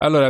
Allora,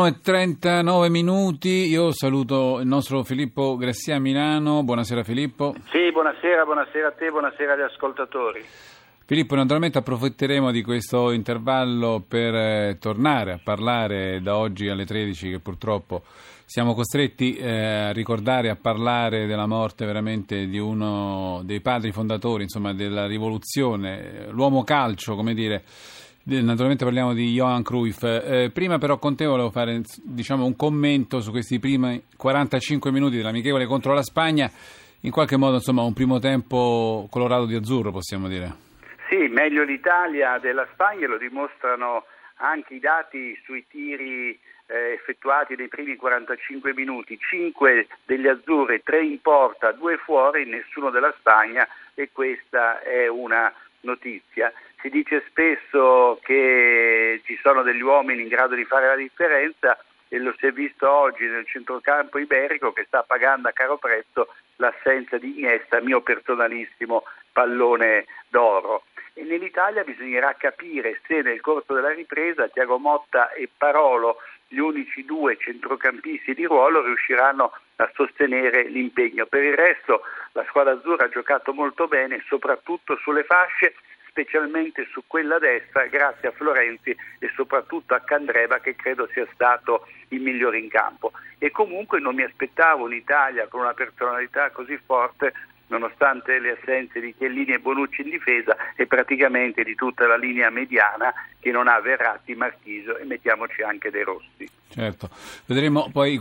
21:39 minuti, io saluto il nostro Filippo Grassia a Milano. Buonasera Filippo. Sì, buonasera a te, buonasera agli ascoltatori. Filippo, naturalmente approfitteremo di questo intervallo per tornare a parlare da oggi alle 13, che purtroppo siamo costretti a ricordare, a parlare della morte veramente di uno dei padri fondatori, insomma, della rivoluzione, l'uomo calcio, come dire. Naturalmente parliamo di Johan Cruyff. Prima però con te volevo fare un commento su questi primi 45 minuti dell'amichevole contro la Spagna, in qualche modo insomma un primo tempo colorato di azzurro, possiamo dire. Sì, meglio l'Italia della Spagna, lo dimostrano anche i dati sui tiri effettuati nei primi 45 minuti, 5 degli azzurri, 3 in porta, 2 fuori, nessuno della Spagna, e questa è una notizia. Si dice spesso che ci sono degli uomini in grado di fare la differenza e lo si è visto oggi nel centrocampo iberico, che sta pagando a caro prezzo l'assenza di Iniesta, mio personalissimo pallone d'oro. E nell'Italia bisognerà capire se nel corso della ripresa Thiago Motta e Parolo, gli unici 2 centrocampisti di ruolo, riusciranno a sostenere l'impegno. Per il resto la squadra azzurra ha giocato molto bene, soprattutto sulle fasce, specialmente su quella destra, grazie a Florenzi e soprattutto a Candreva, che credo sia stato il migliore in campo. E comunque non mi aspettavo un'Italia con una personalità così forte, nonostante le assenze di Chiellini e Bonucci in difesa e praticamente di tutta la linea mediana, che non ha Verratti, Marchisio e mettiamoci anche De Rossi. Certo, vedremo poi i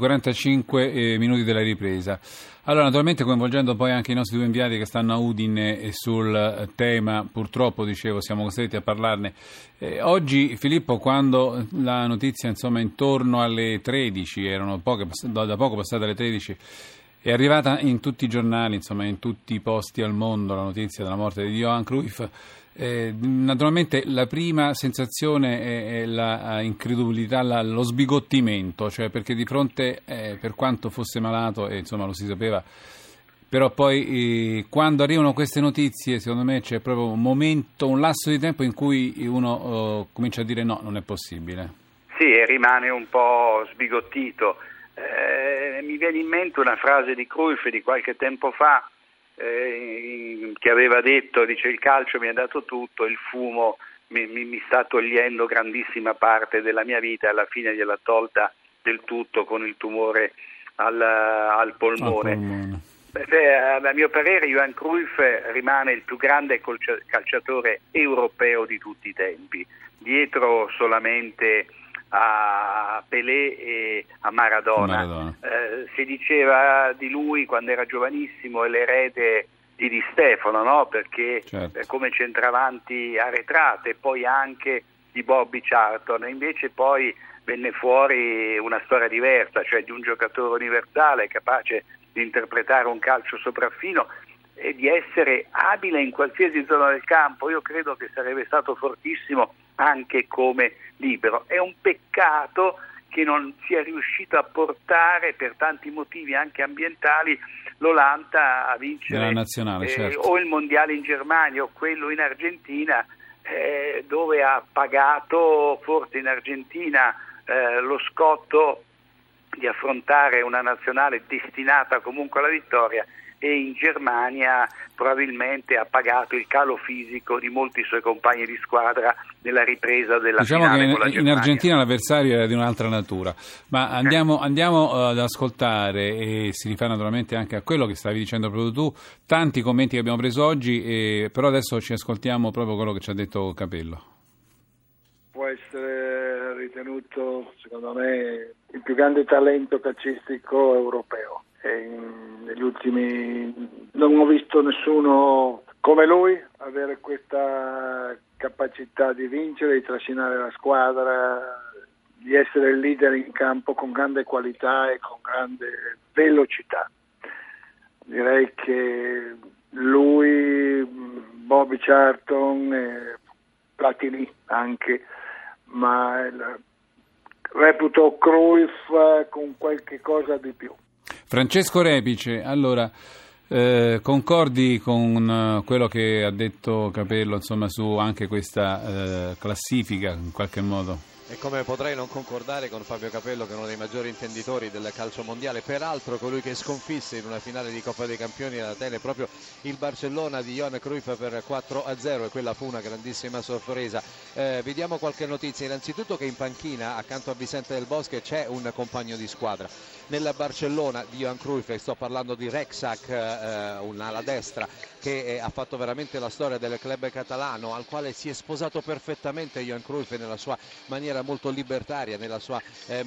45 minuti della ripresa. Allora, naturalmente coinvolgendo poi anche i nostri 2 inviati che stanno a Udine e sul tema, purtroppo, dicevo, siamo costretti a parlarne. Oggi, Filippo, quando la notizia, insomma, intorno alle 13, erano da poco passate alle 13, è arrivata in tutti i giornali, insomma, in tutti i posti al mondo, la notizia della morte di Johan Cruyff. Naturalmente la prima sensazione è la incredulità, lo sbigottimento, cioè perché di fronte, per quanto fosse malato, e insomma lo si sapeva, però poi quando arrivano queste notizie, secondo me c'è proprio un momento, un lasso di tempo in cui uno comincia a dire no, non è possibile. Sì, e rimane un po' sbigottito. Mi viene in mente una frase di Cruyff di qualche tempo fa, che aveva detto, dice: il calcio mi ha dato tutto, il fumo mi sta togliendo grandissima parte della mia vita, e alla fine gliel'ha tolta del tutto con il tumore al polmone. A mio parere Johan Cruyff rimane il più grande calciatore europeo di tutti i tempi, dietro solamente a Pelé e a Maradona. Si diceva di lui quando era giovanissimo è l'erede di Di Stefano, no? Perché certo, come centravanti arretrate, poi anche di Bobby Charlton. E invece poi venne fuori una storia diversa, cioè di un giocatore universale capace di interpretare un calcio sopraffino e di essere abile in qualsiasi zona del campo. Io credo che sarebbe stato fortissimo anche come libero. È un peccato che non sia riuscito a portare, per tanti motivi anche ambientali, l'Olanda a vincere la nazionale, certo, o il mondiale in Germania o quello in Argentina, dove ha pagato forse in Argentina lo scotto di affrontare una nazionale destinata comunque alla vittoria, e in Germania probabilmente ha pagato il calo fisico di molti suoi compagni di squadra nella ripresa della finale con la Germania. In Argentina l'avversario era di un'altra natura, ma andiamo ad ascoltare, e si rifà naturalmente anche a quello che stavi dicendo proprio tu, tanti commenti che abbiamo preso oggi, però adesso ci ascoltiamo proprio quello che ci ha detto Capello. Può essere ritenuto, secondo me, il più grande talento calcistico europeo. Negli ultimi non ho visto nessuno come lui avere questa capacità di vincere, di trascinare la squadra, di essere il leader in campo con grande qualità e con grande velocità. Direi che lui, Bobby Charlton, Platini anche, ma reputo Cruyff con qualche cosa di più. Francesco Repice, allora, concordi con quello che ha detto Capello, insomma, su anche questa classifica in qualche modo? E come potrei non concordare con Fabio Capello, che è uno dei maggiori intenditori del calcio mondiale, peraltro colui che sconfisse in una finale di Coppa dei Campioni ad Atene proprio il Barcellona di Johan Cruyff per 4-0, e quella fu una grandissima sorpresa. Vediamo qualche notizia. Innanzitutto che in panchina accanto a Vicente del Bosque c'è un compagno di squadra. Nel Barcellona di Johan Cruyff, sto parlando di Rexach, un'ala destra che ha fatto veramente la storia del club catalano, al quale si è sposato perfettamente Johan Cruyff nella sua maniera molto libertaria, nella sua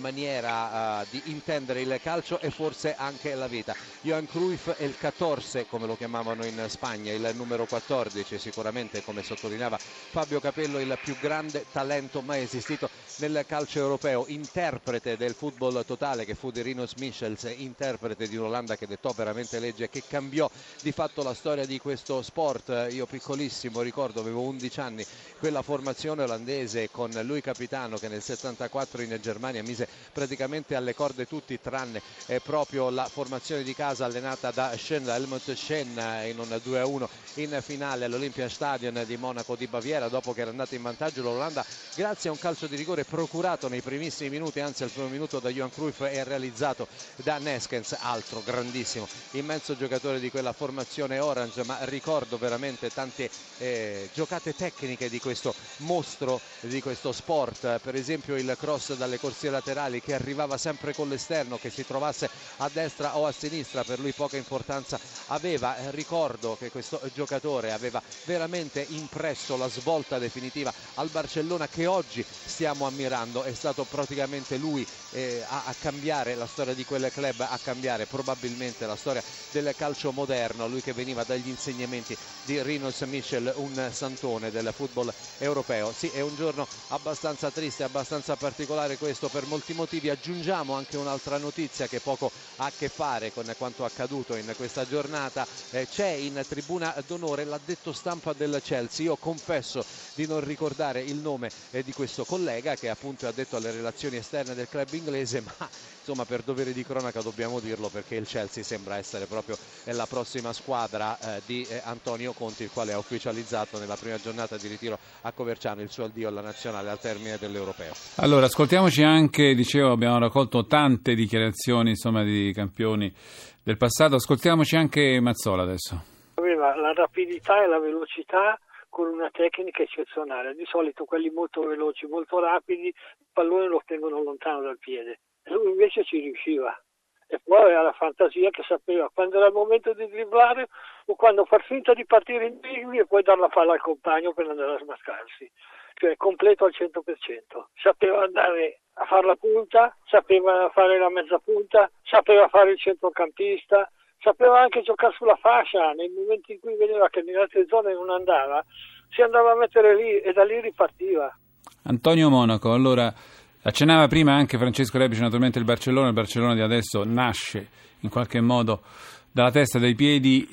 maniera di intendere il calcio e forse anche la vita. Johan Cruyff è il 14, come lo chiamavano in Spagna, il numero 14, sicuramente, come sottolineava Fabio Capello, il più grande talento mai esistito nel calcio europeo, interprete del football totale che fu di Rinus Michels, interprete di un'Olanda che dettò veramente legge, che cambiò di fatto la storia di questo sport. Io piccolissimo ricordo, avevo 11 anni, quella formazione olandese con lui capitano, che nel 74 in Germania mise praticamente alle corde tutti, tranne proprio la formazione di casa allenata da Helmut Schön, in un 2-1 in finale all'Olympiastadion di Monaco di Baviera, dopo che era andata in vantaggio l'Olanda grazie a un calcio di rigore procurato nei primissimi minuti, anzi al primo minuto, da Johan Cruyff e realizzato da Neskens, altro grandissimo, immenso giocatore di quella formazione orange. Ma ricordo veramente tante giocate tecniche di questo mostro di questo sport, per esempio il cross dalle corsie laterali che arrivava sempre con l'esterno, che si trovasse a destra o a sinistra per lui poca importanza aveva. Ricordo che questo giocatore aveva veramente impresso la svolta definitiva al Barcellona che oggi stiamo ammirando. È stato praticamente lui a cambiare la storia di quel club, a cambiare probabilmente la storia del calcio moderno, lui che veniva dagli insegnamenti di Rinus Michels, un santone del football europeo. Sì, è un giorno abbastanza triste, abbastanza particolare questo per molti motivi. Aggiungiamo anche un'altra notizia che poco ha a che fare con quanto accaduto in questa giornata. C'è in tribuna d'onore l'addetto stampa del Chelsea. Io confesso di non ricordare il nome di questo collega, che appunto è addetto alle relazioni esterne del club inglese, ma insomma per dovere di cronaca dobbiamo dirlo, perché il Chelsea sembra essere proprio la prossima squadra di Antonio Conte, il quale ha ufficializzato nella prima giornata di ritiro a Coverciano il suo addio alla nazionale al termine dell'Europeo. Allora, ascoltiamoci anche, dicevo, abbiamo raccolto tante dichiarazioni insomma di campioni del passato, ascoltiamoci anche Mazzola adesso. Aveva la rapidità e la velocità con una tecnica eccezionale. Di solito quelli molto veloci, molto rapidi, il pallone lo tengono lontano dal piede. Lui invece ci riusciva. E poi aveva la fantasia che sapeva quando era il momento di dribblare o quando far finta di partire in dribbli e poi dar la palla al compagno per andare a smascarsi. Cioè completo al 100%. Sapeva andare a fare la punta, sapeva fare la mezza punta, sapeva fare il centrocampista, sapeva anche giocare sulla fascia. Nei momenti in cui vedeva che nelle altre zone non andava, si andava a mettere lì e da lì ripartiva. Antonio Monaco, allora accennava prima anche Francesco Rebici, naturalmente il Barcellona di adesso nasce in qualche modo dalla testa e dai piedi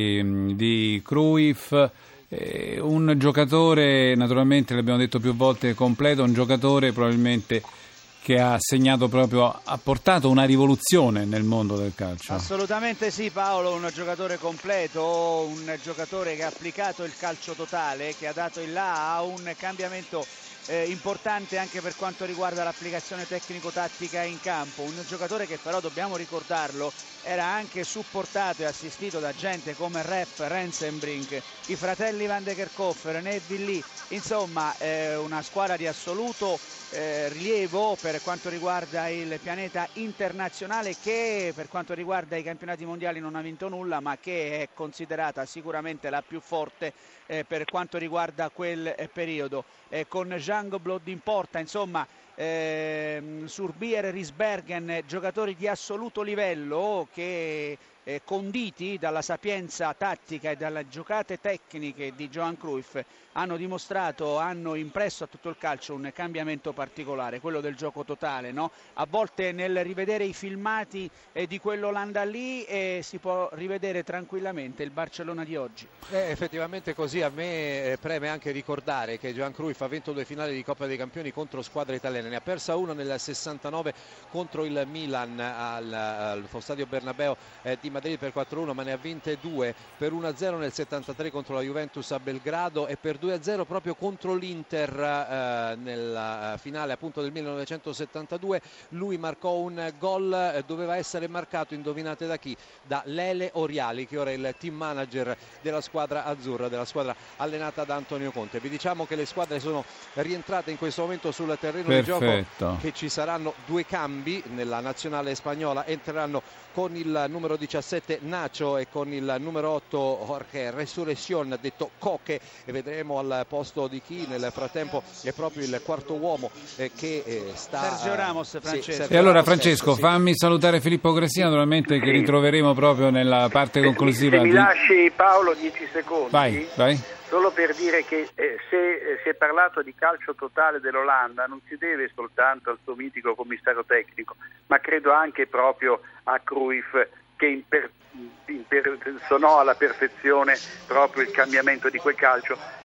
di Cruyff, un giocatore, naturalmente l'abbiamo detto più volte, completo, un giocatore probabilmente che ha segnato proprio, ha portato una rivoluzione nel mondo del calcio. Assolutamente sì, Paolo, un giocatore completo, un giocatore che ha applicato il calcio totale, che ha dato il là a un cambiamento importante anche per quanto riguarda l'applicazione tecnico-tattica in campo, un giocatore che però, dobbiamo ricordarlo, era anche supportato e assistito da gente come Rep, Rensenbrink, i fratelli Van de Kerkhoffer, Neville Lee, insomma una squadra di assoluto rilievo per quanto riguarda il pianeta internazionale, che per quanto riguarda i campionati mondiali non ha vinto nulla, ma che è considerata sicuramente la più forte per quanto riguarda quel periodo, con Jangblood in porta, insomma Surbier, Risbergen, giocatori di assoluto livello che conditi dalla sapienza tattica e dalle giocate tecniche di Johan Cruyff hanno dimostrato, hanno impresso a tutto il calcio un cambiamento particolare, quello del gioco totale, no? A volte nel rivedere i filmati di quell'Olanda lì si può rivedere tranquillamente il Barcellona di oggi. Effettivamente così. A me preme anche ricordare che Johan Cruyff ha vinto 2 finali di Coppa dei Campioni contro squadre italiane, ne ha persa una nel 69 contro il Milan al Stadio Bernabéu di Madrid per 4-1, ma ne ha vinte 2, per 1-0 nel 73 contro la Juventus a Belgrado e per 2-0 proprio contro l'Inter nella finale appunto del 1972. Lui marcò un gol, doveva essere marcato, indovinate da chi? Da Lele Oriali, che ora è il team manager della squadra azzurra, della squadra allenata da Antonio Conte. Vi diciamo che le squadre sono rientrate in questo momento sul terreno di gioco, che ci saranno 2 cambi nella nazionale spagnola, entreranno con il numero 17 Nacho e con il numero 8 Jorge Resurrección, detto Coque, e vedremo al posto di chi nel frattempo è proprio il quarto uomo che sta Sergio Ramos, Francesco. E allora Francesco, fammi salutare Filippo Gressina, naturalmente, che ritroveremo proprio nella parte conclusiva. Se mi lasci, Paolo, 10 secondi. Vai. Solo per dire che se si è parlato di calcio totale dell'Olanda non si deve soltanto al suo mitico commissario tecnico, ma credo anche proprio a Cruyff, che impersonò alla perfezione proprio il cambiamento di quel calcio,